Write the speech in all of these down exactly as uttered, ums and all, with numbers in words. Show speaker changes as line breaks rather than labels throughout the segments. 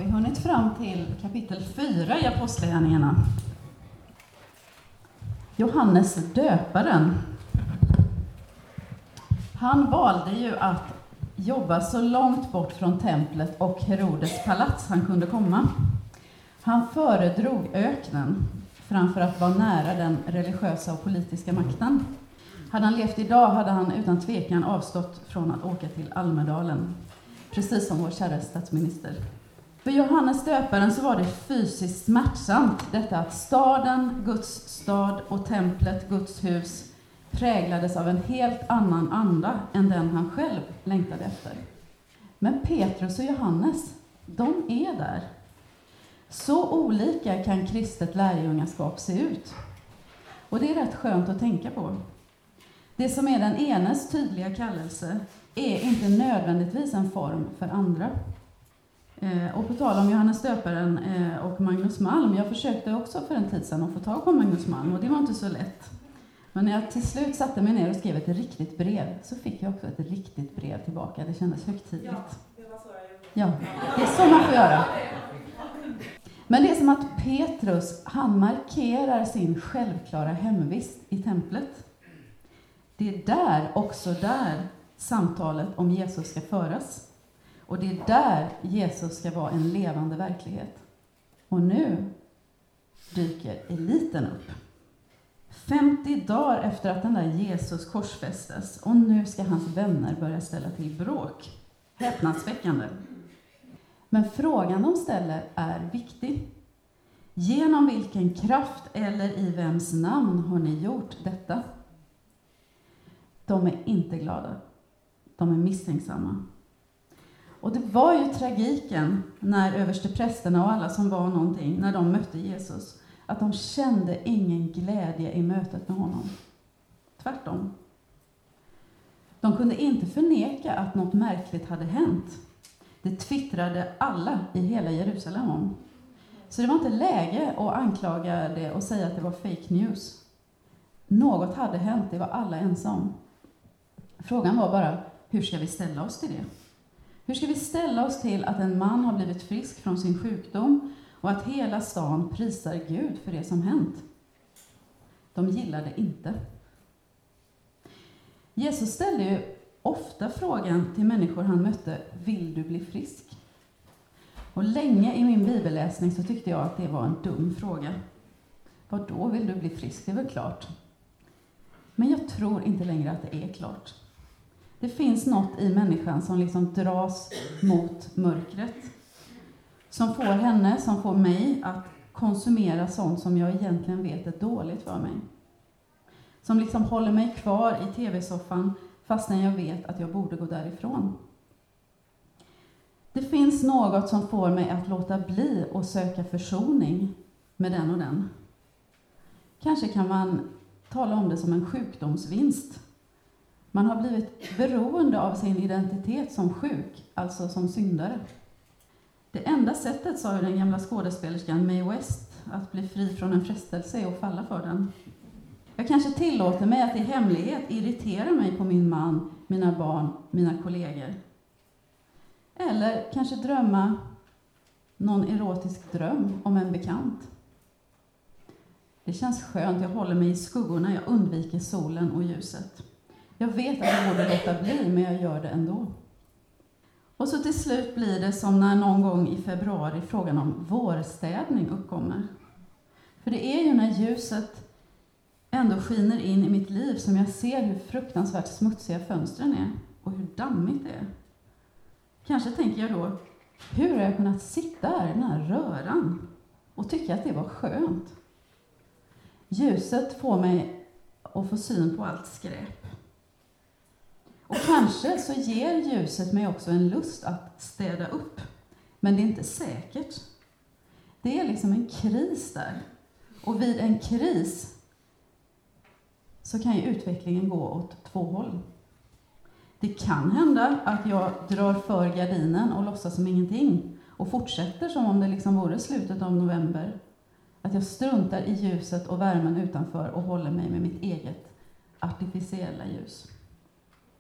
vi hunnit fram till kapitel fyra i Apostlagärningarna. Johannes döparen. Han valde ju att jobba så långt bort från templet och Herodes palats han kunde komma. Han föredrog öknen framför att vara nära den religiösa och politiska makten. Hade han levt idag hade han utan tvekan avstått från att åka till Almedalen, precis som vår kära statsminister. För Johannes döparen så var det fysiskt smärtsamt detta att staden, Guds stad och templet, Guds hus, präglades av en helt annan anda än den han själv längtade efter. Men Petrus och Johannes, de är där. Så olika kan kristet lärjungaskap se ut. Och det är rätt skönt att tänka på. Det som är den enes tydliga kallelse är inte nödvändigtvis en form för andra. Eh, och på tal om Johannes döparen eh, och Magnus Malm, jag försökte också för en tid sedan att få tag på Magnus Malm och det var inte så lätt. Men när jag till slut satte mig ner och skrev ett riktigt brev så fick jag också ett riktigt brev tillbaka. Det kändes högtidligt.
Ja, det var så jag gjorde.
Ja, det är så man får göra. Men det är som att Petrus, han markerar sin självklara hemvist i templet. Det är där, också där, samtalet om Jesus ska föras. Och det är där Jesus ska vara en levande verklighet. Och nu dyker eliten upp. femtio dagar efter att den där Jesus korsfästes. Och nu ska hans vänner börja ställa till bråk. Häpnadsväckande. Men frågan de ställer är viktig. Genom vilken kraft eller i vems namn har ni gjort detta? De är inte glada. De är misstänksamma. Och det var ju tragiken när översteprästerna och alla som var någonting, när de mötte Jesus, att de kände ingen glädje i mötet med honom. Tvärtom. De kunde inte förneka att något märkligt hade hänt. Det twittrade alla i hela Jerusalem om. Så det var inte läge att anklaga det och säga att det var fake news. Något hade hänt, det var alla ensam. Frågan var bara, hur ska vi ställa oss till det? Hur ska vi ställa oss till att en man har blivit frisk från sin sjukdom och att hela stan prisar Gud för det som hänt? De gillade inte. Jesus ställde ju ofta frågan till människor han mötte, vill du bli frisk? Och länge i min bibelläsning så tyckte jag att det var en dum fråga. Vad då vill du bli frisk? Det är väl klart. Men jag tror inte längre att det är klart. Det finns något i människan som liksom dras mot mörkret. Som får henne, som får mig att konsumera sånt som jag egentligen vet är dåligt för mig. Som liksom håller mig kvar i tv-soffan fastän jag vet att jag borde gå därifrån. Det finns något som får mig att låta bli och söka försoning med den och den. Kanske kan man tala om det som en sjukdomsvinst. Man har blivit beroende av sin identitet som sjuk, alltså som syndare. Det enda sättet, sa ju den gamla skådespelerskan Mae West, att bli fri från en frestelse är att falla för den. Jag kanske tillåter mig att i hemlighet irritera mig på min man, mina barn, mina kollegor. Eller kanske drömma någon erotisk dröm om en bekant. Det känns skönt, jag håller mig i skuggorna, jag undviker solen och ljuset. Jag vet att jag borde låta bli, men jag gör det ändå. Och så till slut blir det som när någon gång i februari frågan om vårstädning uppkommer. För det är ju när ljuset ändå skiner in i mitt liv som jag ser hur fruktansvärt smutsiga fönstren är och hur dammigt det är. Kanske tänker jag då, hur har jag kunnat sitta här i den här röran och tycka att det var skönt? Ljuset får mig att få syn på allt skräp. Och kanske så ger ljuset mig också en lust att städa upp. Men det är inte säkert. Det är liksom en kris där. Och vid en kris så kan ju utvecklingen gå åt två håll. Det kan hända att jag drar för gardinen och låtsas som ingenting. Och fortsätter som om det liksom vore slutet av november. Att jag struntar i ljuset och värmen utanför och håller mig med mitt eget artificiella ljus.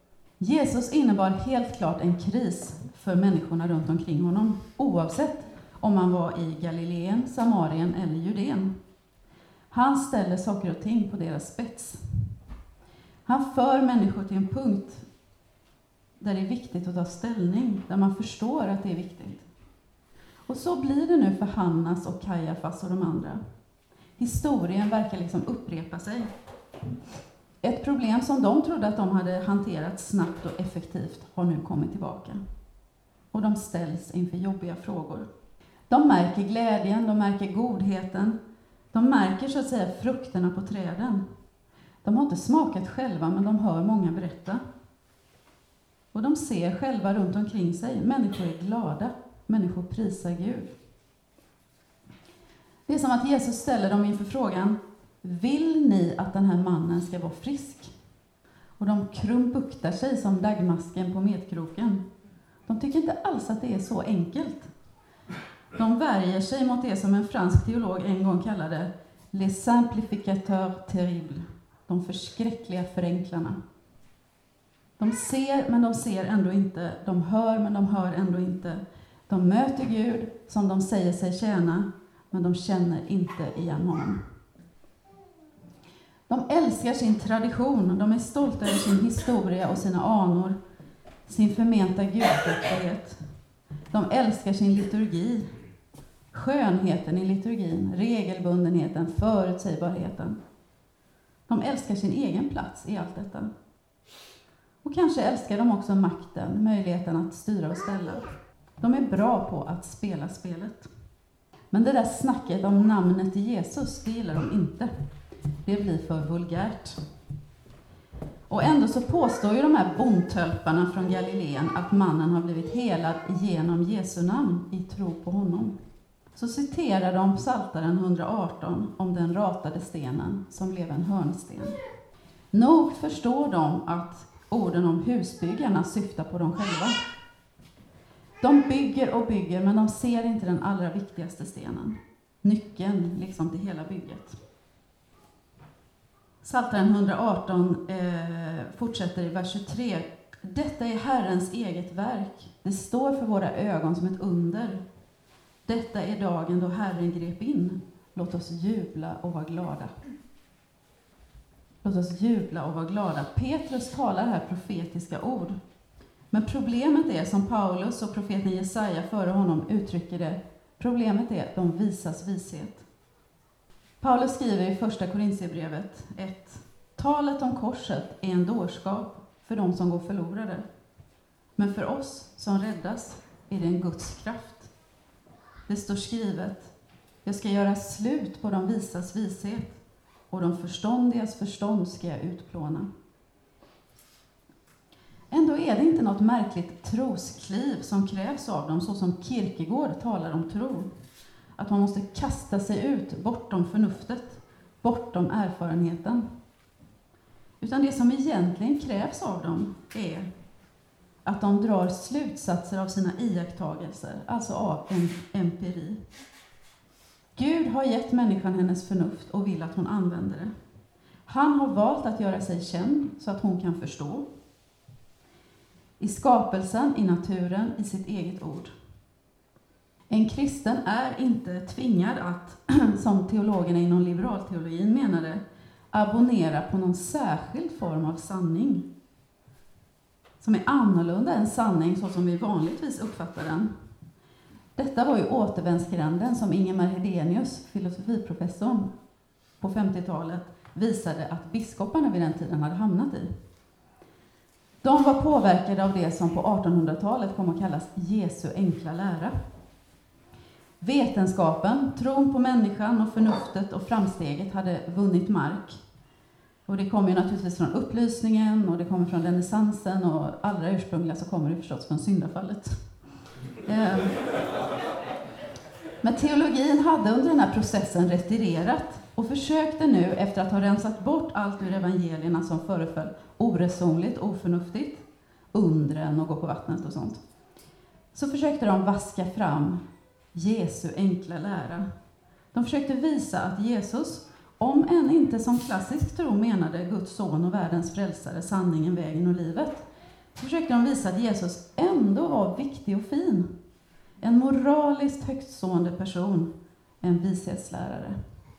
Jesus innebar helt klart en kris för människorna runt omkring honom. Oavsett om man var i Galileen, Samarien eller Judeen. Han ställer saker och ting på deras spets. Han för människor till en punkt där det är viktigt att ta ställning, där man förstår att det är viktigt. Och så blir det nu för Hannas och Kajafas och de andra. Historien verkar liksom upprepa sig. Ett problem som de trodde att de hade hanterat snabbt och effektivt har nu kommit tillbaka. Och de ställs inför jobbiga frågor. De märker glädjen, de märker godheten. De märker så att säga frukterna på träden. De har inte smakat själva, men de hör många berätta. Och de ser själva runt omkring sig. Människor är glada. Människor prisar Gud. Det är som att Jesus ställer dem inför frågan: vill ni att den här mannen ska vara frisk? Och de krumbuktar sig som dagmasken på metkroken. De tycker inte alls att det är så enkelt. De värjer sig mot det som en fransk teolog en gång kallade les simplificateurs terribles. De förskräckliga förenklarna. De ser, men de ser ändå inte. De hör, men de hör ändå inte. De möter Gud som de säger sig tjäna, men de känner inte igen honom. De älskar sin tradition. De är stolta över sin historia och sina anor, sin förmenta gudfruktighet. De älskar sin liturgi, skönheten i liturgin, regelbundenheten, förutsägbarheten. De älskar sin egen plats i allt detta. Och kanske älskar de också makten, möjligheten att styra och ställa. De är bra på att spela spelet. Men det där snacket om namnet i Jesus, det gillar de inte. Det blir för vulgärt. Och ändå så påstår ju de här bondtölparna från Galileen att mannen har blivit helad genom Jesu namn i tro på honom. Så citerar de Psaltaren hundraarton om den ratade stenen som blev en hörnsten. Nog förstår de att orden om husbyggarna syftar på dem själva. De bygger och bygger, men de ser inte den allra viktigaste stenen. Nyckeln liksom till hela bygget. Psaltaren hundraarton eh, fortsätter i vers tjugotre. Detta är Herrens eget verk. Det står för våra ögon som ett under. Detta är dagen då Herren grep in. Låt oss jubla och vara glada. Låt oss jubla och vara glada. Petrus talar här profetiska ord. Men problemet är, som Paulus och profeten Jesaja före honom uttrycker det, problemet är att de visas vishet. Paulus skriver i första Korintierbrevet ett: talet om korset är en dårskap för de som går förlorade. Men för oss som räddas är det en Guds kraft. Det står skrivet: jag ska göra slut på de visas vishet, och de förståndigas förstånd ska jag utplåna. Ändå är det inte något märkligt troskliv som krävs av dem, så som Kierkegaard talar om tro. Att man måste kasta sig ut bortom förnuftet, bortom erfarenheten. Utan det som egentligen krävs av dem är att de drar slutsatser av sina iakttagelser, alltså av en empiri. Gud har gett människan hennes förnuft och vill att hon använder det. Han har valt att göra sig känd så att hon kan förstå. I skapelsen, i naturen, i sitt eget ord. En kristen är inte tvingad att, som teologerna inom liberalteologin menade, abonnera på någon särskild form av sanning som är annorlunda än sanning så som vi vanligtvis uppfattar den. Detta var ju återvändsgränden som Ingemar Hedenius, filosofiprofessorn på femtiotalet, visade att biskoparna vid den tiden hade hamnat i. De var påverkade av det som på artonhundratalet kom att kallas Jesu enkla lära. Vetenskapen, tron på människan och förnuftet och framsteget hade vunnit mark. Och det kommer ju naturligtvis från upplysningen och det kommer från renässansen, och allra ursprungliga så kommer det förstås från syndafallet. Men teologin hade under den här processen retirerat och försökte nu, efter att ha rensat bort allt ur evangelierna som föreföll oresonligt, oförnuftigt, undren och gå på vattnet och sånt, så försökte de vaska fram Jesu enkla lära. De försökte visa att Jesus, om än inte som klassisk tro menade Guds son och världens frälsare, sanningen, vägen och livet, så försökte de visa att Jesus ändå var viktig och fin. En moraliskt högtstående person, en vishetslärare.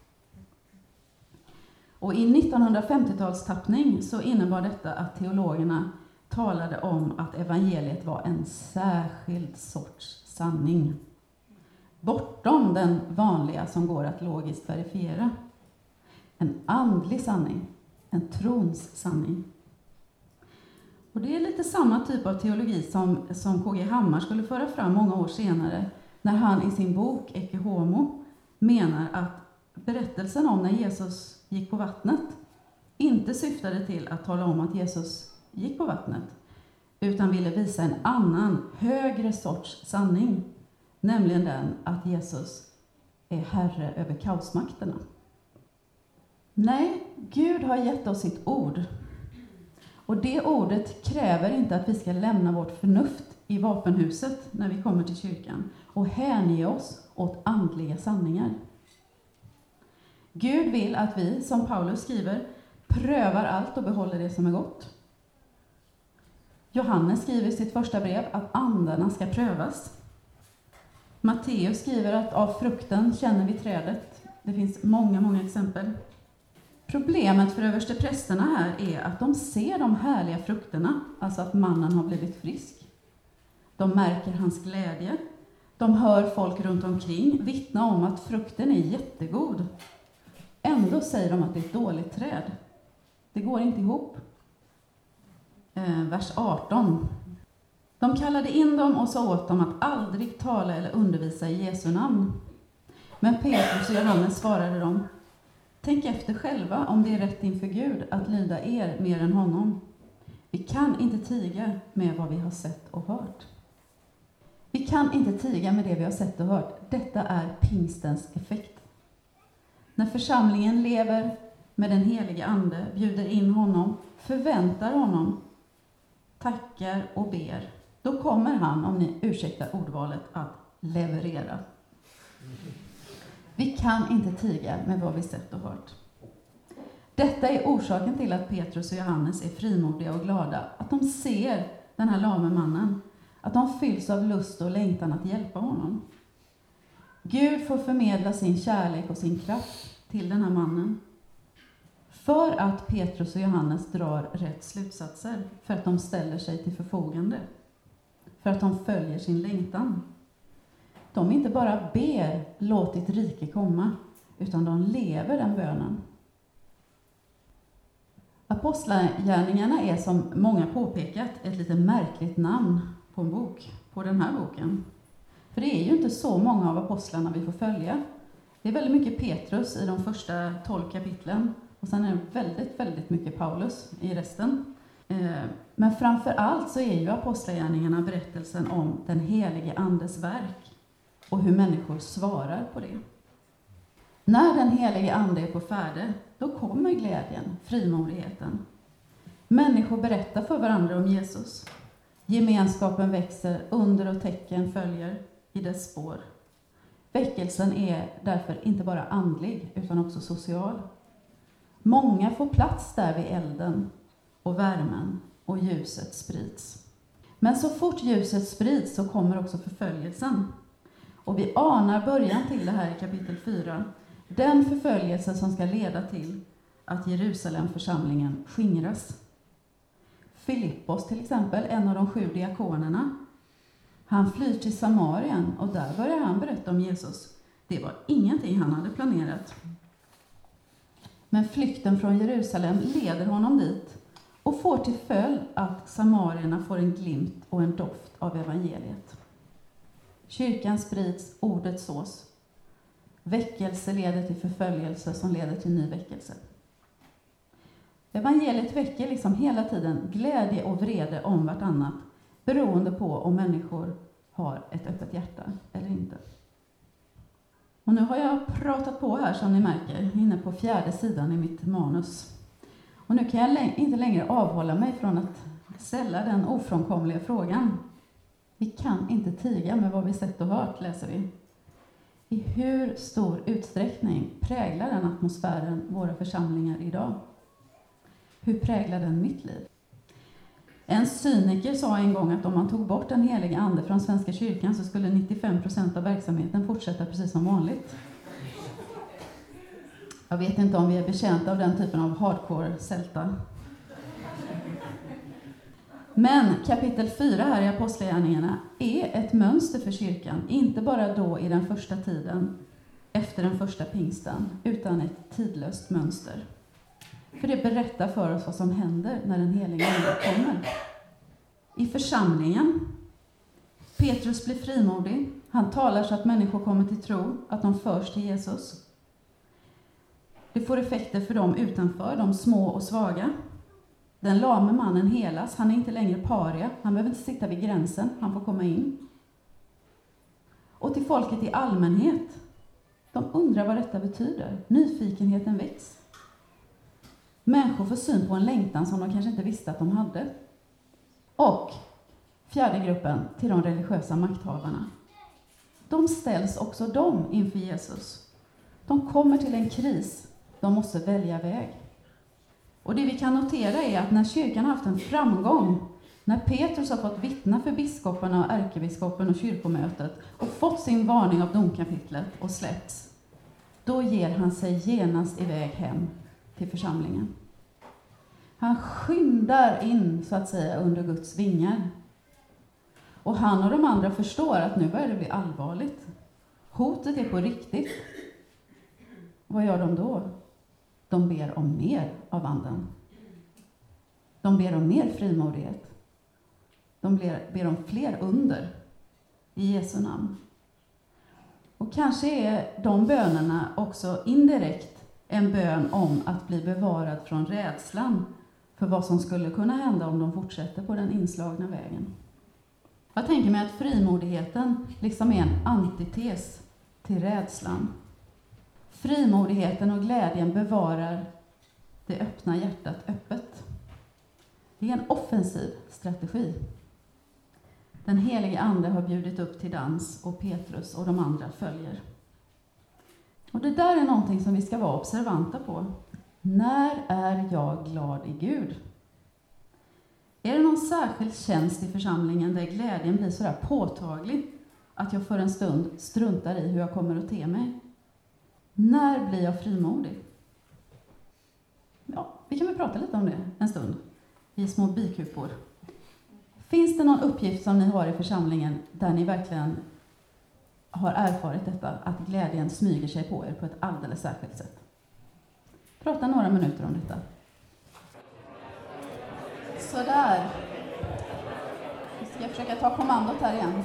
Och i nittonhundrafemtiotalstappning så innebar detta att teologerna talade om att evangeliet var en särskild sorts sanning. Bortom den vanliga som går att logiskt verifiera. En andlig sanning, en trons sanning. Och det är lite samma typ av teologi som, som K G Hammar skulle föra fram många år senare, när han i sin bok Ecce Homo menar att berättelsen om när Jesus gick på vattnet inte syftade till att tala om att Jesus gick på vattnet, utan ville visa en annan, högre sorts sanning, nämligen den att Jesus är herre över kaosmakterna. Nej, Gud har gett oss sitt ord. Och det ordet kräver inte att vi ska lämna vårt förnuft i vapenhuset när vi kommer till kyrkan och hänge oss åt andliga sanningar. Gud vill att vi, som Paulus skriver, prövar allt och behåller det som är gott. Johannes skriver i sitt första brev att andarna ska prövas. Matteus skriver att av frukten känner vi trädet. Det finns många, många exempel. Problemet för översteprästerna här är att de ser de härliga frukterna, alltså att mannen har blivit frisk. De märker hans glädje. De hör folk runt omkring vittna om att frukten är jättegod. Ändå säger de att det är ett dåligt träd. Det går inte ihop. Eh, vers arton. De kallade in dem och sa åt dem att aldrig tala eller undervisa i Jesu namn. Men Petrus och Johannes svarade dem: tänk efter själva om det är rätt inför Gud att lyda er mer än honom. Vi kan inte tiga med vad vi har sett och hört. Vi kan inte tiga med det vi har sett och hört. Detta är pingstens effekt. När församlingen lever med den helige ande, bjuder in honom, förväntar honom, tackar och ber, då kommer han, om ni ursäktar ordvalet, att leverera. Vi kan inte tiga med vad vi sett och hört. Detta är orsaken till att Petrus och Johannes är frimodiga och glada. Att de ser den här lame mannen. Att de fylls av lust och längtan att hjälpa honom. Gud får förmedla sin kärlek och sin kraft till den här mannen. För att Petrus och Johannes drar rätt slutsatser. För att de ställer sig till förfogande. För att de följer sin längtan. De inte bara ber, låt ditt rike komma, utan de lever den bönen. Apostlagärningarna är, som många påpekat, ett lite märkligt namn på en bok, på den här boken. För det är ju inte så många av apostlarna vi får följa. Det är väldigt mycket Petrus i de första tolv kapitlen, och sen är det väldigt, väldigt mycket Paulus i resten. Men framför allt så är ju apostlagärningarna berättelsen om den helige andes verk. Och hur människor svarar på det. När den helige ande är på färde, då kommer glädjen, frimodigheten. Människor berättar för varandra om Jesus. Gemenskapen växer, under och tecken följer i dess spår. Väckelsen är därför inte bara andlig, utan också social. Många får plats där vid elden och värmen, och ljuset sprids. Men så fort ljuset sprids så kommer också förföljelsen. Och vi anar början till det här i kapitel fyra. Den förföljelse som ska leda till att Jerusalemförsamlingen skingras. Filippos till exempel, en av de sju diakonerna. Han flyr till Samarien och där börjar han berätta om Jesus. Det var ingenting han hade planerat. Men flykten från Jerusalem leder honom dit och får till följd att samarierna får en glimt och en doft av evangeliet. Kyrkan sprids, ordet sås. Väckelse leder till förföljelse som leder till ny väckelse. Evangeliet väcker liksom hela tiden glädje och vrede om vartannat, beroende på om människor har ett öppet hjärta eller inte. Och nu har jag pratat på här, som ni märker, inne på fjärde sidan i mitt manus. Och nu kan jag inte längre avhålla mig från att ställa den ofrånkomliga frågan. Vi kan inte tiga med vad vi sett och hört, läser vi. I hur stor utsträckning präglar den atmosfären våra församlingar idag? Hur präglar den mitt liv? En cyniker sa en gång att om man tog bort den heliga ande från Svenska kyrkan så skulle nittiofem procent av verksamheten fortsätta precis som vanligt. Jag vet inte om vi är betjänta av den typen av hardcore-sälta. Men kapitel fyra här i Apostlagärningarna är ett mönster för kyrkan. Inte bara då i den första tiden, efter den första pingsten, utan ett tidlöst mönster. För det berättar för oss vad som händer när den heliga ande kommer. I församlingen, Petrus blir frimodig. Han talar så att människor kommer till tro, att de förs till Jesus. Det får effekter för dem utanför, de små och svaga. Den lame mannen helas, han är inte längre paria, han behöver inte sitta vid gränsen, han får komma in. Och till folket i allmänhet, de undrar vad detta betyder. Nyfikenheten väcks. Människor får syn på en längtan som de kanske inte visste att de hade. Och fjärde gruppen, till de religiösa makthavarna. De ställs också de inför Jesus. De kommer till en kris, de måste välja väg. Och det vi kan notera är att när kyrkan har haft en framgång, när Petrus har fått vittna för biskoparna och ärkebiskopen och kyrkomötet och fått sin varning av domkapitlet och släppts, då ger han sig genast iväg hem till församlingen. Han skyndar in så att säga under Guds vingar. Och han och de andra förstår att nu börjar det bli allvarligt. Hotet är på riktigt. Vad gör de då? De ber om mer av anden. De ber om mer frimodighet. De ber, ber om fler under i Jesu namn. Och kanske är de bönerna också indirekt en bön om att bli bevarad från rädslan för vad som skulle kunna hända om de fortsätter på den inslagna vägen. Jag tänker mig att frimodigheten liksom är en antites till rädslan. Frimodigheten och glädjen bevarar det öppna hjärtat öppet. Det är en offensiv strategi. Den helige ande har bjudit upp till dans och Petrus och de andra följer. Och det där är någonting som vi ska vara observanta på. När är jag glad i Gud? Är det någon särskild tjänst i församlingen där glädjen blir så där påtaglig att jag för en stund struntar i hur jag kommer att te mig? När blir jag frimodig? Ja, vi kan väl prata lite om det en stund i små bikupor. Finns det någon uppgift som ni har i församlingen där ni verkligen har erfarit detta, att glädjen smyger sig på er på ett alldeles särskilt sätt? Prata några minuter om detta. Så där. Vi ska försöka ta kommandot här igen.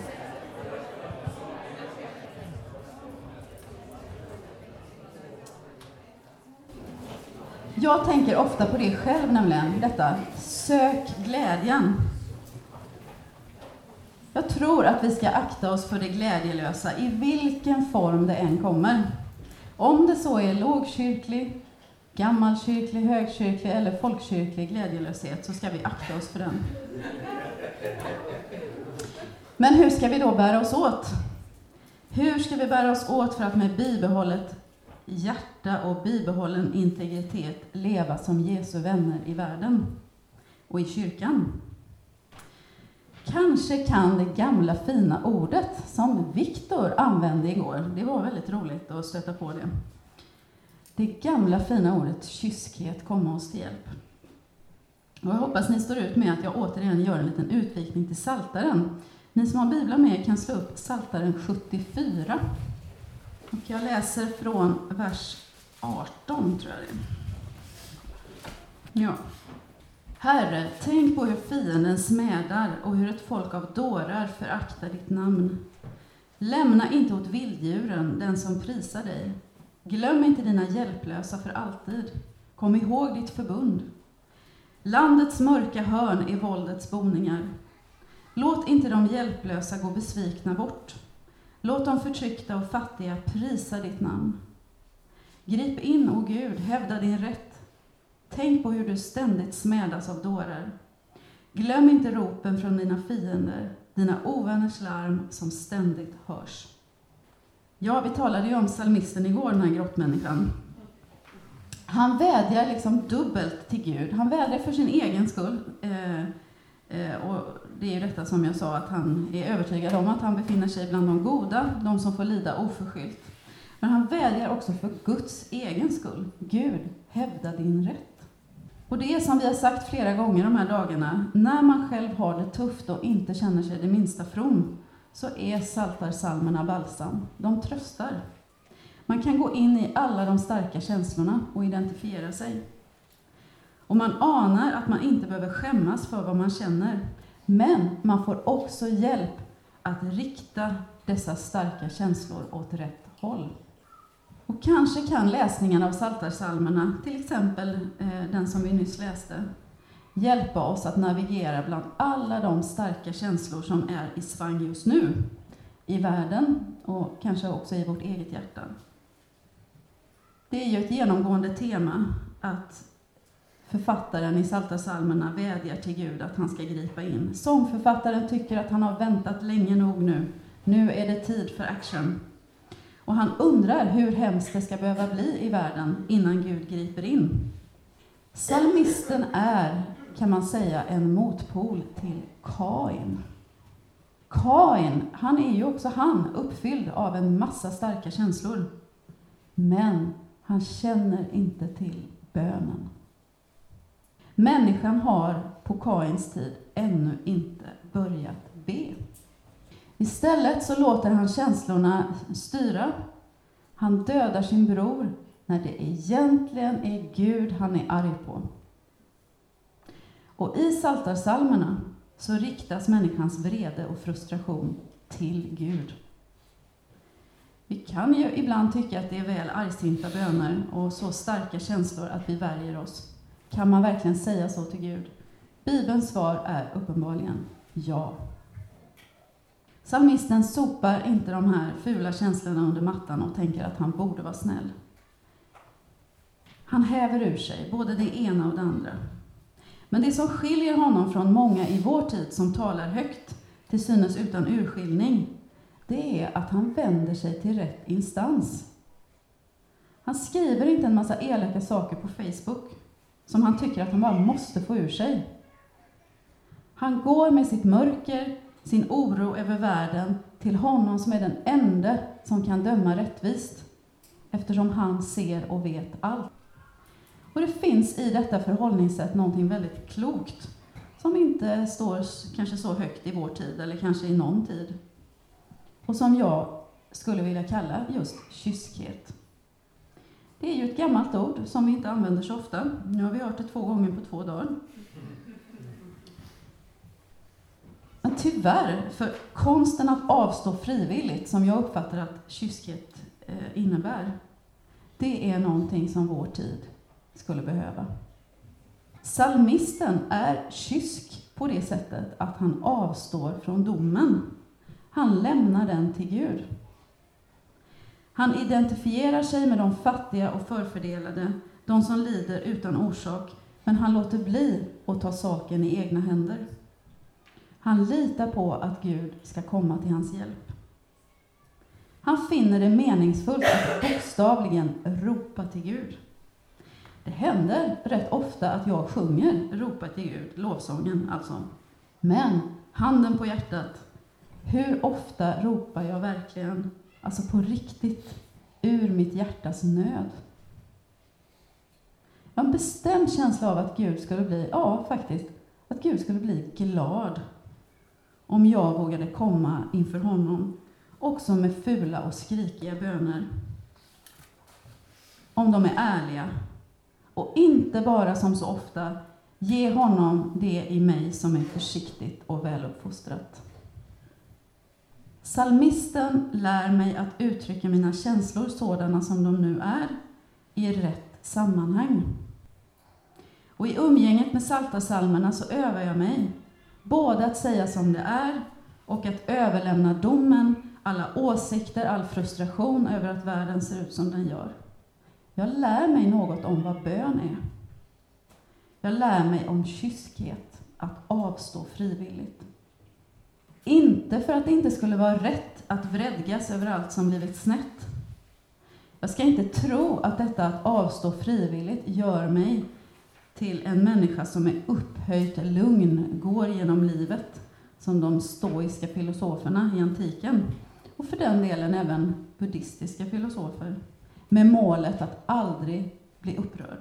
Jag tänker ofta på det själv, nämligen detta. Sök glädjen. Jag tror att vi ska akta oss för det glädjelösa i vilken form det än kommer. Om det så är lågkyrklig, gammalkyrklig, högkyrklig eller folkkyrklig glädjelöshet så ska vi akta oss för den. Men hur ska vi då bära oss åt? Hur ska vi bära oss åt för att med bibehållet hjärta och bibehållen integritet leva som Jesu vänner i världen och i kyrkan? Kanske kan det gamla fina ordet som Viktor använde igår, det var väldigt roligt att stöta på det. Det gamla fina ordet kyskhet kommer oss till hjälp. Och jag hoppas ni står ut med att jag återigen gör en liten utvikning till Psaltaren. Ni som har biblar med kan slå upp Psaltaren sjuttiofyra. Och jag läser från vers arton, tror jag det är. Ja. Herre, tänk på hur fienden smädar och hur ett folk av dårar föraktar ditt namn. Lämna inte åt vilddjuren den som prisar dig. Glöm inte dina hjälplösa för alltid. Kom ihåg ditt förbund. Landets mörka hörn är våldets boningar. Låt inte de hjälplösa gå besvikna bort. Låt de förtryckta och fattiga prisa ditt namn. Grip in, o Gud, hävda din rätt. Tänk på hur du ständigt smädas av dårar. Glöm inte ropen från dina fiender, dina ovänners larm som ständigt hörs. Ja, vi talade ju om psalmisten igår, den här grottmänniskan. Han vädjar liksom dubbelt till Gud. Han vädjar för sin egen skull. Eh, Och det är ju detta som jag sa, att han är övertygad om att han befinner sig bland de goda, de som får lida oförskyllt. Men han vädjar också för Guds egen skull. Gud, hävda din rätt. Och det är som vi har sagt flera gånger de här dagarna, när man själv har det tufft och inte känner sig det minsta from, så är psaltarpsalmerna balsam. De tröstar. Man kan gå in i alla de starka känslorna och identifiera sig. Och man anar att man inte behöver skämmas för vad man känner. Men man får också hjälp att rikta dessa starka känslor åt rätt håll. Och kanske kan läsningen av psaltarpsalmerna, till exempel eh, den som vi nyss läste, hjälpa oss att navigera bland alla de starka känslor som är i svang just nu. I världen och kanske också i vårt eget hjärta. Det är ju ett genomgående tema att författaren i psaltarpsalmerna vädjar till Gud att han ska gripa in. Sångförfattaren tycker att han har väntat länge nog nu. Nu är det tid för action. Och han undrar hur hemskt det ska behöva bli i världen innan Gud griper in. Psalmisten är, kan man säga, en motpol till Kain. Kain, han är ju också han uppfylld av en massa starka känslor. Men han känner inte till bönen. Människan har på Kains tid ännu inte börjat be. Istället så låter han känslorna styra. Han dödar sin bror när det egentligen är Gud han är arg på. Och i psaltarpsalmerna så riktas människans vrede och frustration till Gud. Vi kan ju ibland tycka att det är väl argsinta böner och så starka känslor att vi värjer oss. Kan man verkligen säga så till Gud? Bibelns svar är uppenbarligen ja. Psalmisten sopar inte de här fula känslorna under mattan och tänker att han borde vara snäll. Han häver ur sig både det ena och det andra. Men det som skiljer honom från många i vår tid som talar högt, till synes utan urskiljning, det är att han vänder sig till rätt instans. Han skriver inte en massa elaka saker på Facebook som han tycker att han bara måste få ur sig. Han går med sitt mörker, sin oro över världen till honom som är den enda som kan döma rättvist, eftersom han ser och vet allt. Och det finns i detta förhållningssätt någonting väldigt klokt som inte står kanske så högt i vår tid eller kanske i någon tid. Och som jag skulle vilja kalla just kyskhet. Det är ju ett gammalt ord som vi inte använder så ofta. Nu har vi hört det två gånger på två dagar. Men tyvärr, för konsten att avstå frivilligt, som jag uppfattar att kyskhet innebär, det är någonting som vår tid skulle behöva. Psalmisten är kysk på det sättet att han avstår från domen. Han lämnar den till Gud. Han identifierar sig med de fattiga och förfördelade, de som lider utan orsak, men han låter bli att ta saken i egna händer. Han litar på att Gud ska komma till hans hjälp. Han finner det meningsfullt att bokstavligen ropa till Gud. Det händer rätt ofta att jag sjunger ropa till Gud, lovsången alltså. Men handen på hjärtat, hur ofta ropar jag verkligen, alltså på riktigt, ur mitt hjärtas nöd? Jag har en bestämd känsla av att Gud skulle bli, ja faktiskt, att Gud skulle bli glad om jag vågade komma inför honom, också med fula och skrikiga böner. Om de är ärliga och inte bara som så ofta ge honom det i mig som är försiktigt och väluppfostrat. Psalmisten lär mig att uttrycka mina känslor sådana som de nu är i rätt sammanhang. Och i umgänget med psaltarpsalmerna så övar jag mig både att säga som det är och att överlämna domen, alla åsikter, all frustration över att världen ser ut som den gör. Jag lär mig något om vad bön är. Jag lär mig om kyskhet, att avstå frivilligt. Inte för att det inte skulle vara rätt att vredgas över allt som blivit snett. Jag ska inte tro att detta att avstå frivilligt gör mig till en människa som är upphöjt lugn, går genom livet, som de stoiska filosoferna i antiken, och för den delen även buddhistiska filosofer, med målet att aldrig bli upprörd.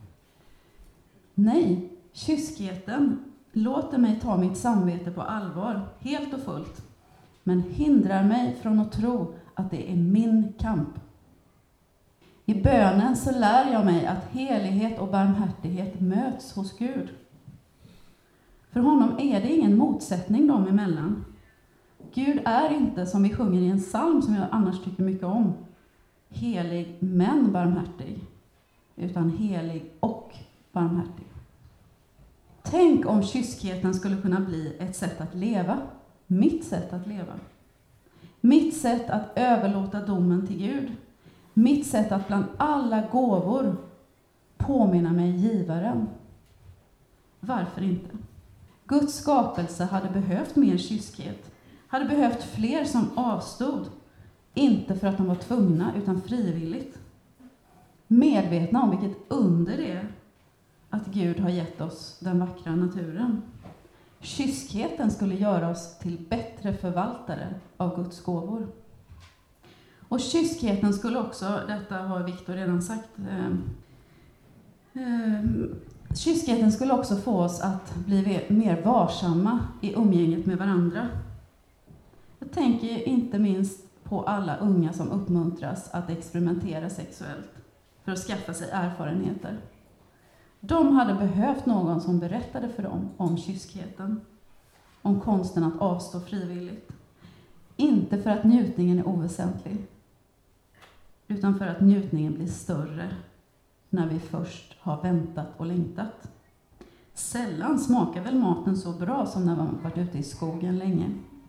Nej, kyskheten låter mig ta mitt samvete på allvar, helt och fullt, men hindrar mig från att tro att det är min kamp. I bönen så lär jag mig att helighet och barmhärtighet möts hos Gud. För honom är det ingen motsättning dem emellan. Gud är inte, som vi sjunger i en psalm som jag annars tycker mycket om, helig men barmhärtig, utan helig och barmhärtig. Tänk om kyskheten skulle kunna bli ett sätt att leva, mitt sätt att leva. Mitt sätt att överlåta domen till Gud. Mitt sätt att bland alla gåvor påminna mig givaren. Varför inte? Guds skapelse hade behövt mer kyskhet. Hade behövt fler som avstod. Inte för att de var tvungna, utan frivilligt. Medvetna om vilket under det är att Gud har gett oss den vackra naturen. Kyskheten skulle göra oss till bättre förvaltare av Guds gåvor. Och kyskheten skulle också, detta har Viktor redan sagt, eh, eh, kyskheten skulle också få oss att bli mer varsamma i umgänget med varandra. Jag tänker inte minst på alla unga som uppmuntras att experimentera sexuellt för att skaffa sig erfarenheter. De hade behövt någon som berättade för dem om kyskheten, om konsten att avstå frivilligt. Inte för att njutningen är oväsentlig, utan för att njutningen blir större när vi först har väntat och längtat. Sällan smakar väl maten så bra som när man varit ute i skogen länge.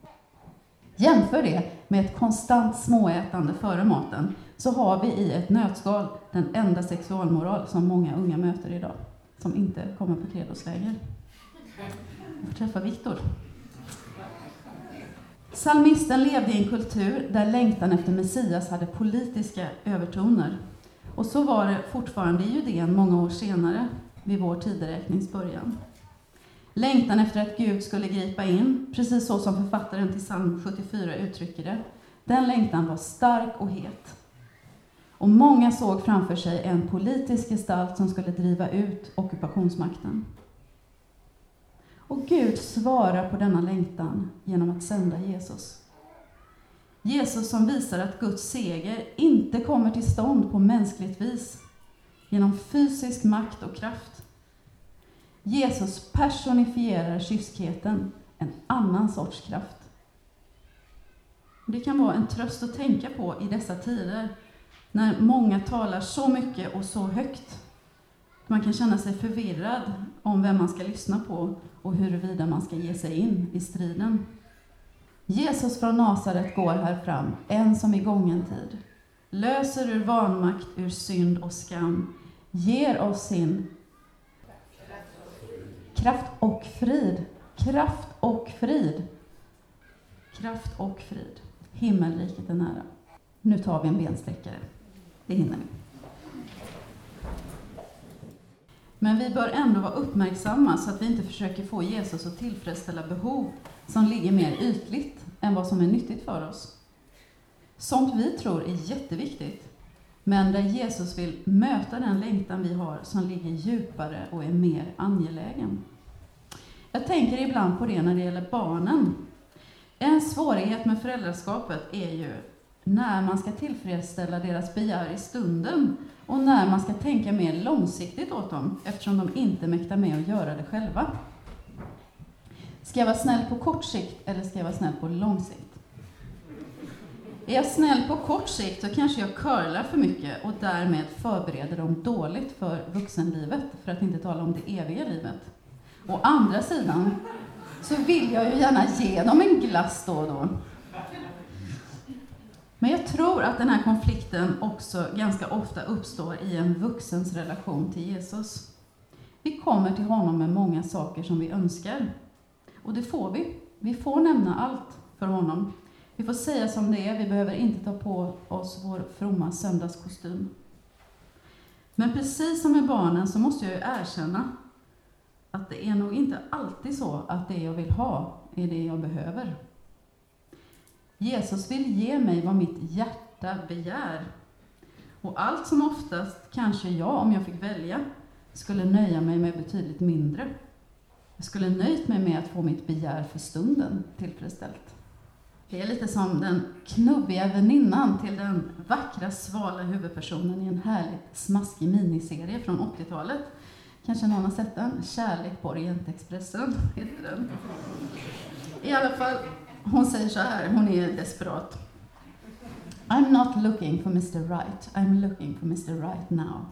Jämför det med ett konstant småätande före maten, så har vi i ett nötskal den enda sexualmoral som många unga möter idag, som inte kommer på kredosläger. Jag får träffa Viktor. Psalmisten levde i en kultur där längtan efter Messias hade politiska övertoner. Och så var det fortfarande i Judén många år senare, vid vår tideräknings början. Längtan efter att Gud skulle gripa in, precis så som författaren till psalm sjuttiofyra uttrycker det, den längtan var stark och het. Och många såg framför sig en politisk gestalt som skulle driva ut ockupationsmakten. Och Gud svarar på denna längtan genom att sända Jesus. Jesus som visar att Guds seger inte kommer till stånd på mänskligt vis, genom fysisk makt och kraft. Jesus personifierar kyskheten, en annan sorts kraft. Det kan vara en tröst att tänka på i dessa tider, när många talar så mycket och så högt. Man kan känna sig förvirrad om vem man ska lyssna på och huruvida man ska ge sig in i striden. Jesus från Nasaret går här fram, en som i gången tid. Löser ur vanmakt, ur synd och skam. Ger oss sin kraft och frid. Kraft och frid. Kraft och frid. Himmelriket är nära. Nu tar vi en bensträckare. Det hinner vi. Men vi bör ändå vara uppmärksamma så att vi inte försöker få Jesus att tillfredsställa behov som ligger mer ytligt än vad som är nyttigt för oss. Sånt vi tror är jätteviktigt, men där Jesus vill möta den längtan vi har som ligger djupare och är mer angelägen. Jag tänker ibland på det när det gäller barnen. En svårighet med föräldraskapet är ju när man ska tillfredsställa deras begär i stunden och när man ska tänka mer långsiktigt åt dem, eftersom de inte mäktar med att göra det själva. Ska jag vara snäll på kort sikt eller ska jag vara snäll på lång sikt? Är jag snäll på kort sikt så kanske jag curlar för mycket och därmed förbereder dem dåligt för vuxenlivet, för att inte tala om det eviga livet. Å andra sidan så vill jag ju gärna ge dem en glass då och då. Men jag tror att den här konflikten också ganska ofta uppstår i en vuxens relation till Jesus. Vi kommer till honom med många saker som vi önskar. Och det får vi. Vi får nämna allt för honom. Vi får säga som det är. Vi behöver inte ta på oss vår fromma söndagskostym. Men precis som med barnen så måste jag ju erkänna att det är nog inte alltid så att det jag vill ha är det jag behöver. Jesus vill ge mig vad mitt hjärta begär. Och allt som oftast kanske jag, om jag fick välja, skulle nöja mig med betydligt mindre. Jag skulle nöjt mig med att få mitt begär för stunden tillfredsställt. Det är lite som den knubbiga väninnan till den vackra, svala huvudpersonen i en härligt smaskig miniserie från åttiotalet. Kanske någon har sett den? Kärlek på Orientexpressen heter den. I alla fall, hon säger så här, hon är desperat. I'm not looking for mister Right, I'm looking for mister Right now.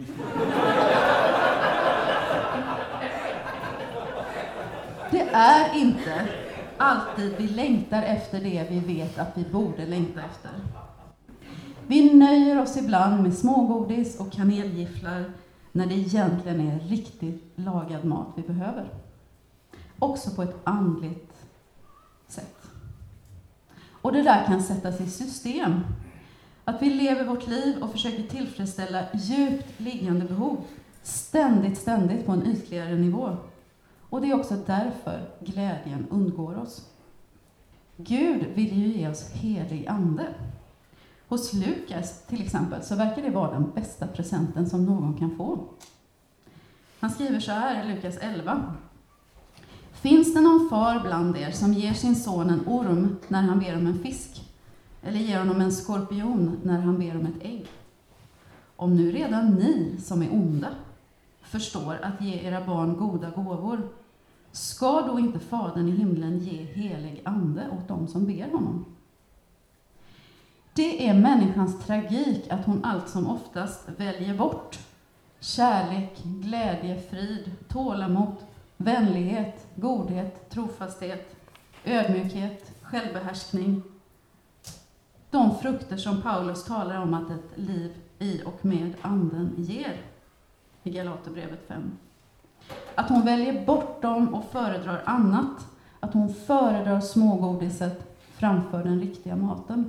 Det är inte alltid vi längtar efter det vi vet att vi borde längta efter. Vi nöjer oss ibland med smågodis och kanelgifflar när det egentligen är riktigt lagad mat vi behöver. Också på ett andligt sätt. Och det där kan sättas i system. Att vi lever vårt liv och försöker tillfredsställa djupt liggande behov. Ständigt, ständigt på en ytligare nivå. Och det är också därför glädjen undgår oss. Gud vill ju ge oss helig ande. Hos Lukas till exempel så verkar det vara den bästa presenten som någon kan få. Han skriver så här i Lukas elva. Finns det någon far bland er som ger sin son en orm när han ber om en fisk? Eller ger honom en skorpion när han ber om ett ägg? Om nu redan ni som är onda förstår att ge era barn goda gåvor, ska då inte Fadern i himlen ge helig ande åt dem som ber honom? Det är människans tragik att hon allt som oftast väljer bort kärlek, glädje, frid, tålamod, vänlighet, godhet, trofasthet, ödmjukhet, självbehärskning. De frukter som Paulus talar om att ett liv i och med anden ger i Galaterbrevet fem. Att hon väljer bort dem och föredrar annat. Att hon föredrar smågodiset framför den riktiga maten.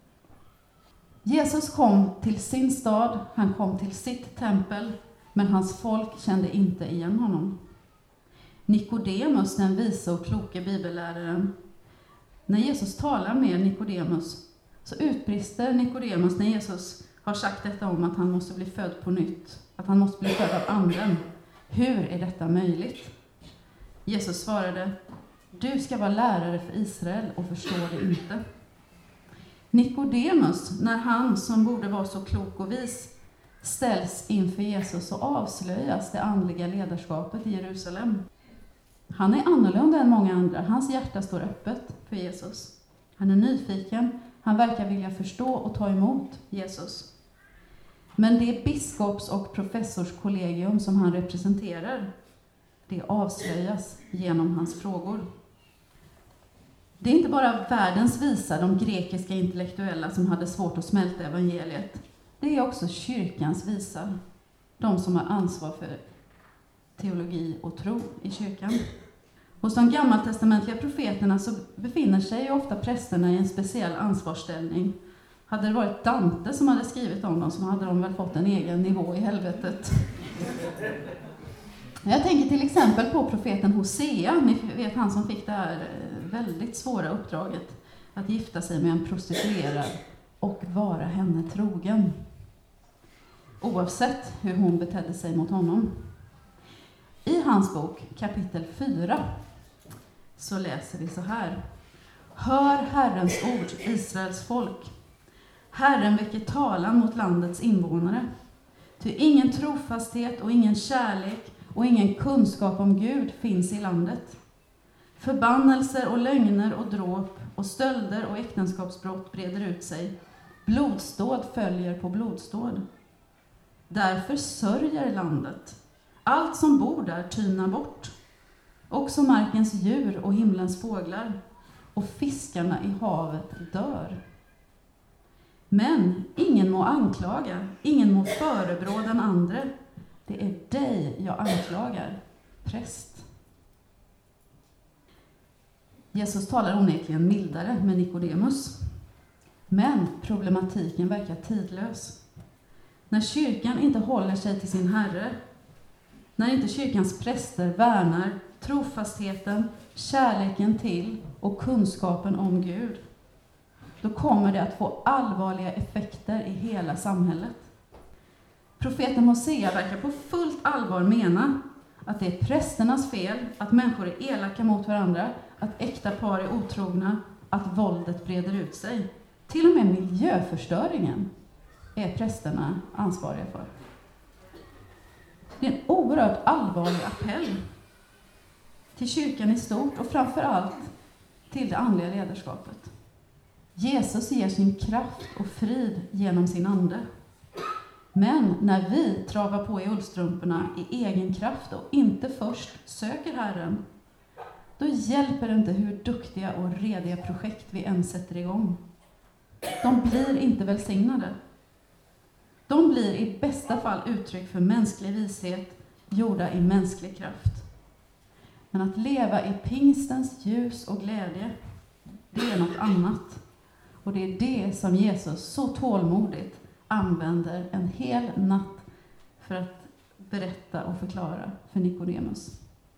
Jesus kom till sin stad, han kom till sitt tempel, men hans folk kände inte igen honom. Nikodemus, den vise och kloke bibelläraren, när Jesus talar med Nikodemus så utbrister Nikodemus när Jesus har sagt detta om att han måste bli född på nytt, att han måste bli född av anden. Hur är detta möjligt? Jesus svarade, du ska vara lärare för Israel och förstår det inte. Nikodemus, när han som borde vara så klok och vis ställs inför Jesus och avslöjas det andliga ledarskapet i Jerusalem. Han är annorlunda än många andra. Hans hjärta står öppet för Jesus. Han är nyfiken. Han verkar vilja förstå och ta emot Jesus. Men det biskops- och professorskollegium som han representerar, det avslöjas genom hans frågor. Det är inte bara världens visa, de grekiska intellektuella som hade svårt att smälta evangeliet. Det är också kyrkans visa, de som har ansvar för teologi och tro i kyrkan. Hos de gammaltestamentliga profeterna så befinner sig ofta prästerna i en speciell ansvarsställning. Hade det varit Dante som hade skrivit om dem så hade de väl fått en egen nivå i helvetet. Jag tänker till exempel på profeten Hosea. Ni vet han som fick det här väldigt svåra uppdraget att gifta sig med en prostituerad och vara henne trogen. Oavsett hur hon betedde sig mot honom. I hans bok, kapitel fyra, så läser vi så här. Hör Herrens ord, Israels folk. Herren väcker talan mot landets invånare. Ty ingen trofasthet och ingen kärlek och ingen kunskap om Gud finns i landet. Förbannelser och lögner och dråp och stölder och äktenskapsbrott breder ut sig. Blodsdåd följer på blodsdåd. Därför sörjer landet. Allt som bor där tynar bort. Också markens djur och himlens fåglar. Och fiskarna i havet dör. Men ingen må anklaga, ingen må förebrå den andre. Det är dig jag anklagar, präst. Jesus talar onekligen mildare med Nikodemus. Men problematiken verkar tidlös. När kyrkan inte håller sig till sin Herre, när inte kyrkans präster värnar trofastheten, kärleken till och kunskapen om Gud, då kommer det att få allvarliga effekter i hela samhället. Profeten Hosea verkar på fullt allvar mena att det är prästernas fel, att människor är elaka mot varandra, att äkta par är otrogna, att våldet breder ut sig. Till och med miljöförstöringen är prästerna ansvariga för. Det är en oerhört allvarlig appell till kyrkan i stort och framför allt till det andliga ledarskapet. Jesus ger sin kraft och frid genom sin ande. Men när vi travar på i ullstrumporna i egen kraft och inte först söker Herren, då hjälper det inte hur duktiga och rediga projekt vi än sätter igång. De blir inte välsignade. De blir i bästa fall uttryck för mänsklig vishet, gjorda i mänsklig kraft. Men att leva i pingstens ljus och glädje, det är något annat. Och det är det som Jesus så tålmodigt använder en hel natt för att berätta och förklara för Nikodemus.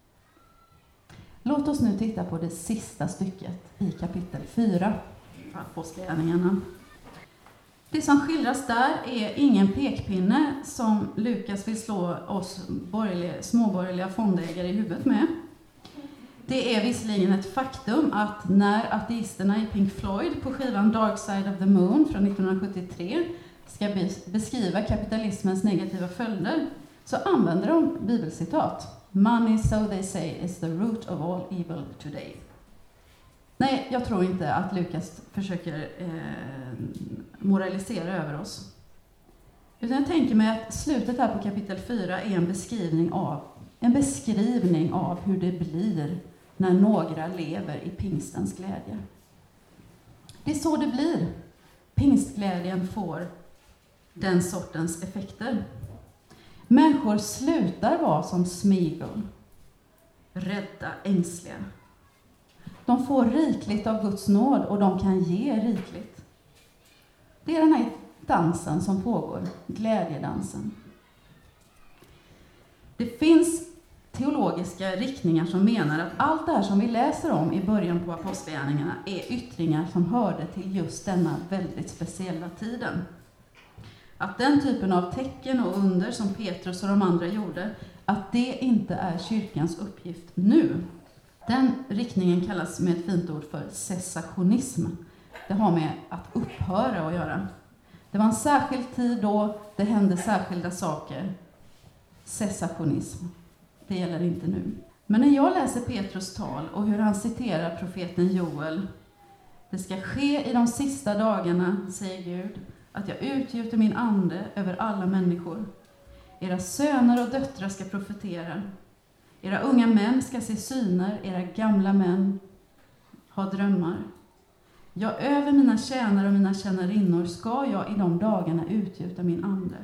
Låt oss nu titta på det sista stycket i kapitel fyra, Apostlagärningarna. Det som skildras där är ingen pekpinne som Lukas vill slå oss borgerliga, småborgerliga fondägare i huvudet med. Det är visserligen ett faktum att när ateisterna i Pink Floyd på skivan Dark Side of the Moon från nittonhundrasjuttiotre ska beskriva kapitalismens negativa följder, så använder de bibelcitat. Money, so they say, is the root of all evil today. Nej, jag tror inte att Lukas försöker eh, moralisera över oss. Utan jag tänker mig att slutet här på kapitel fyra är en beskrivning av, en beskrivning av hur det blir när några lever i pingstens glädje. Det är så det blir. Pingstglädjen får den sortens effekter. Människor slutar vara som Smigel, rädda, ängsliga. De får rikligt av Guds nåd och de kan ge rikligt. Det är den här dansen som pågår, glädjedansen. Det finns teologiska riktningar som menar att allt det här som vi läser om i början på Apostlagärningarna är yttringar som hörde till just denna väldigt speciella tiden. Att den typen av tecken och under som Petrus och de andra gjorde, att det inte är kyrkans uppgift nu. Den riktningen kallas med ett fint ord för cessationism. Det har med att upphöra att göra. Det var en särskild tid då det hände särskilda saker. Cessationism. Det gäller inte nu. Men när jag läser Petrus tal och hur han citerar profeten Joel. Det ska ske i de sista dagarna, säger Gud, att jag utgjuter min ande över alla människor. Era söner och döttrar ska profetera. Era unga män ska se syner, era gamla män ha drömmar. Ja, över mina tjänare och mina tjänarinnor ska jag i de dagarna utgjuta min ande.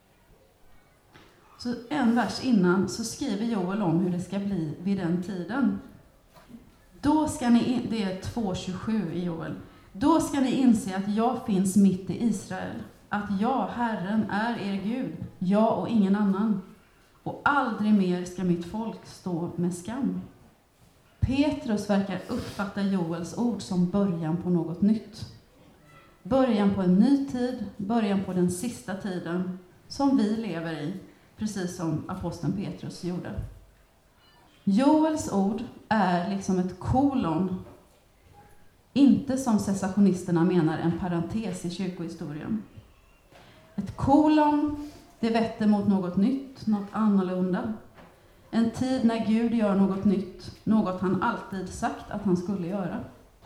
Så en vers innan så skriver Joel om hur det ska bli vid den tiden. Då ska ni, det är två tjugosju i Joel. Då ska ni inse att jag finns mitt i Israel. Att jag, Herren, är er Gud. Jag och ingen annan. Och aldrig mer ska mitt folk stå med skam. Petrus verkar uppfatta Joels ord som början på något nytt. Början på en ny tid, början på den sista tiden som vi lever i, precis som aposteln Petrus gjorde. Joels ord är liksom ett kolon, inte som cessationisterna menar en parentes i kyrkohistorien. Ett kolon, det vetter mot något nytt, något annorlunda. En tid när Gud gör något nytt, något han alltid sagt att han skulle göra.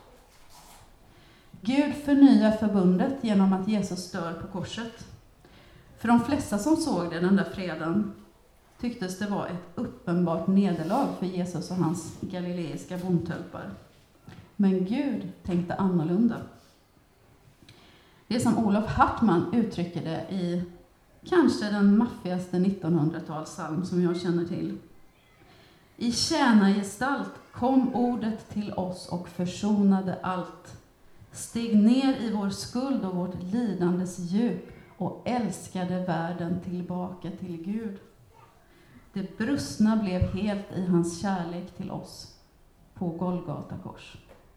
Gud förnyar förbundet genom att Jesus dör på korset. För de flesta som såg det den där fredagen tycktes det vara ett uppenbart nederlag för Jesus och hans galileiska bondtölpar. Men Gud tänkte annorlunda. Det är som Olof Hartman uttrycker det i kanske den maffigaste nittonhundratalssalm som jag känner till. I tjänargestalt kom ordet till oss och försonade allt. Steg ner i vår skuld och vårt lidandes djup och älskade världen tillbaka till Gud. Det brustna blev helt i hans kärlek till oss på Golgata kors.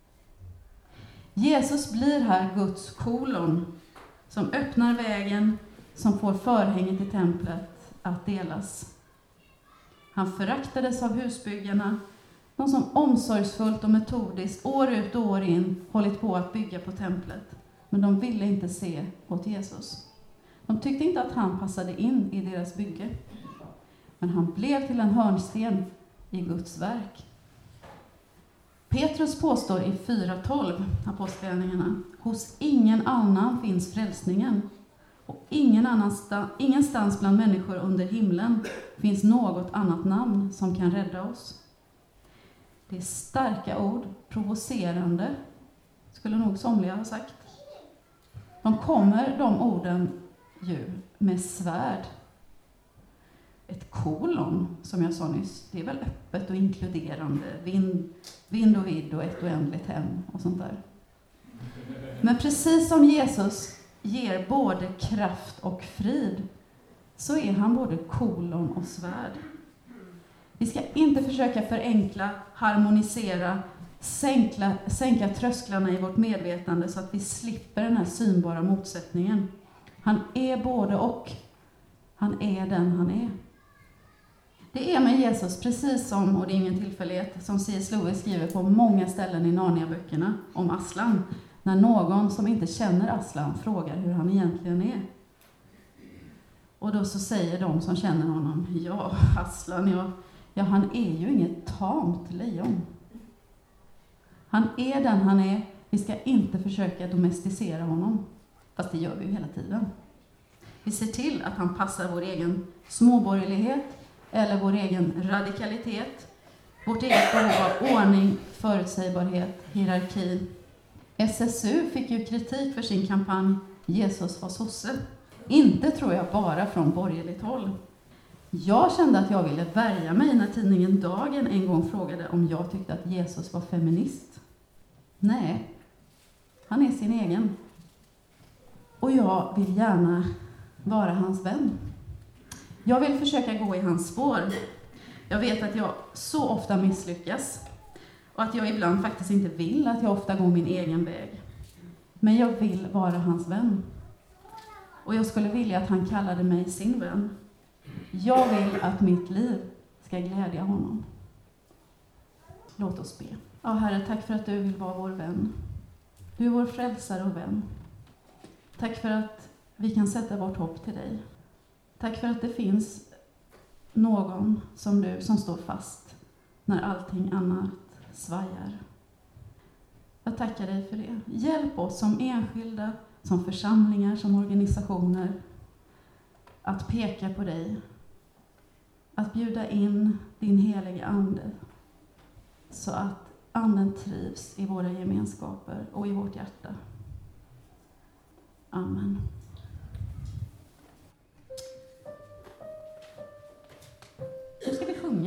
Jesus blir här Guds kolon som öppnar vägen, som får förhänget i templet att delas. Han föraktades av husbyggarna, de som omsorgsfullt och metodiskt år ut och år in hållit på att bygga på templet. Men de ville inte se åt Jesus. De tyckte inte att han passade in i deras bygge. Men han blev till en hörnsten i Guds verk. Petrus påstår i fyra tolv, apostlagärningarna: hos ingen annan finns frälsningen, och ingen annanstans, ingenstans bland människor under himlen finns något annat namn som kan rädda oss. Det är starka ord, provocerande, skulle nog somliga ha sagt. De kommer, de orden, ju med svärd. Ett kolon, som jag sa nyss, det är väl öppet och inkluderande, vind, vind och vidd och ett oändligt hem och sånt där. Men precis som Jesus ger både kraft och frid, så är han både kolon och svärd. Vi ska inte försöka förenkla, harmonisera, sänka, sänka trösklarna i vårt medvetande så att vi slipper den här synbara motsättningen. Han är både och. Han är den han är. Det är med Jesus precis som, och det är ingen tillfällighet, som C S Lewis skriver på många ställen i Narnia-böckerna om Aslan. När någon som inte känner Aslan frågar hur han egentligen är. Och då så säger de som känner honom: ja, Aslan, ja, ja han är ju inget tamt lejon. Han är den han är. Vi ska inte försöka domesticera honom. Fast det gör vi ju hela tiden. Vi ser till att han passar vår egen småborgerlighet eller vår egen radikalitet, vårt eget behov av ordning, förutsägbarhet, hierarki. S S U fick ju kritik för sin kampanj Jesus var sosse. Inte tror jag bara från borgerligt håll. Jag kände att jag ville värja mig när tidningen Dagen en gång frågade om jag tyckte att Jesus var feminist. Nej, han är sin egen. Och jag vill gärna vara hans vän. Jag vill försöka gå i hans spår. Jag vet att jag så ofta misslyckas. Och att jag ibland faktiskt inte vill, att jag ofta går min egen väg. Men jag vill vara hans vän. Och jag skulle vilja att han kallade mig sin vän. Jag vill att mitt liv ska glädja honom. Låt oss be. Ja, Herre, tack för att du vill vara vår vän. Du är vår frälsare och vän. Tack för att vi kan sätta vårt hopp till dig. Tack för att det finns någon som du som står fast när allting annat svajar. Jag tackar dig för det. Hjälp oss som enskilda, som församlingar, som organisationer att peka på dig. Att bjuda in din heliga ande så att anden trivs i våra gemenskaper och i vårt hjärta. Amen. Nu ska vi sjunga.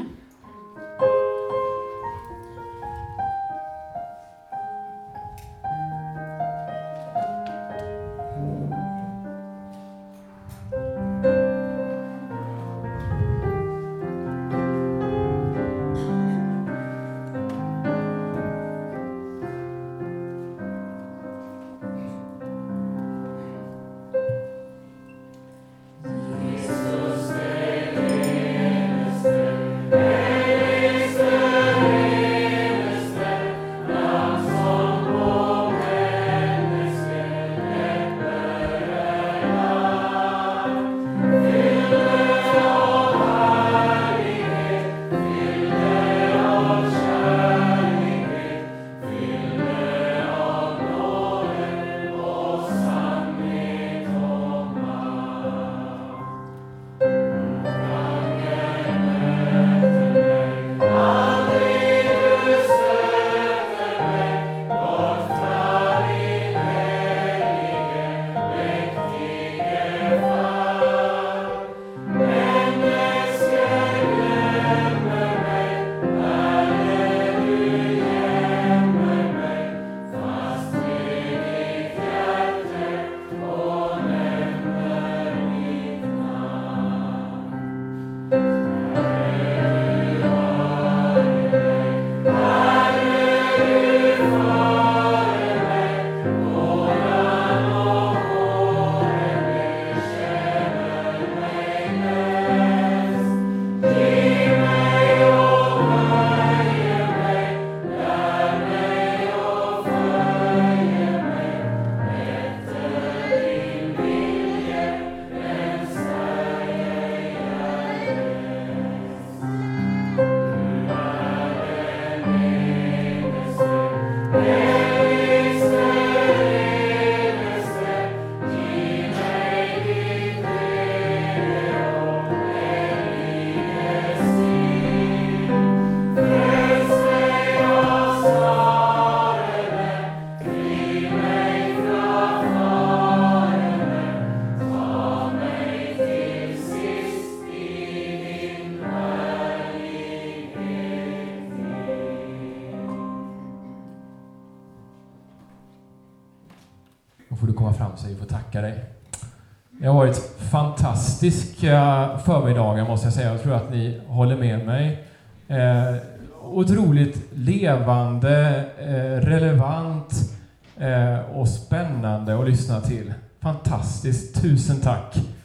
så vi får tacka dig. Det har varit fantastiska förmiddagar måste jag säga. Jag tror att ni håller med mig. Eh, otroligt levande, eh, relevant eh, och spännande att lyssna till. Fantastiskt. Tusen tack.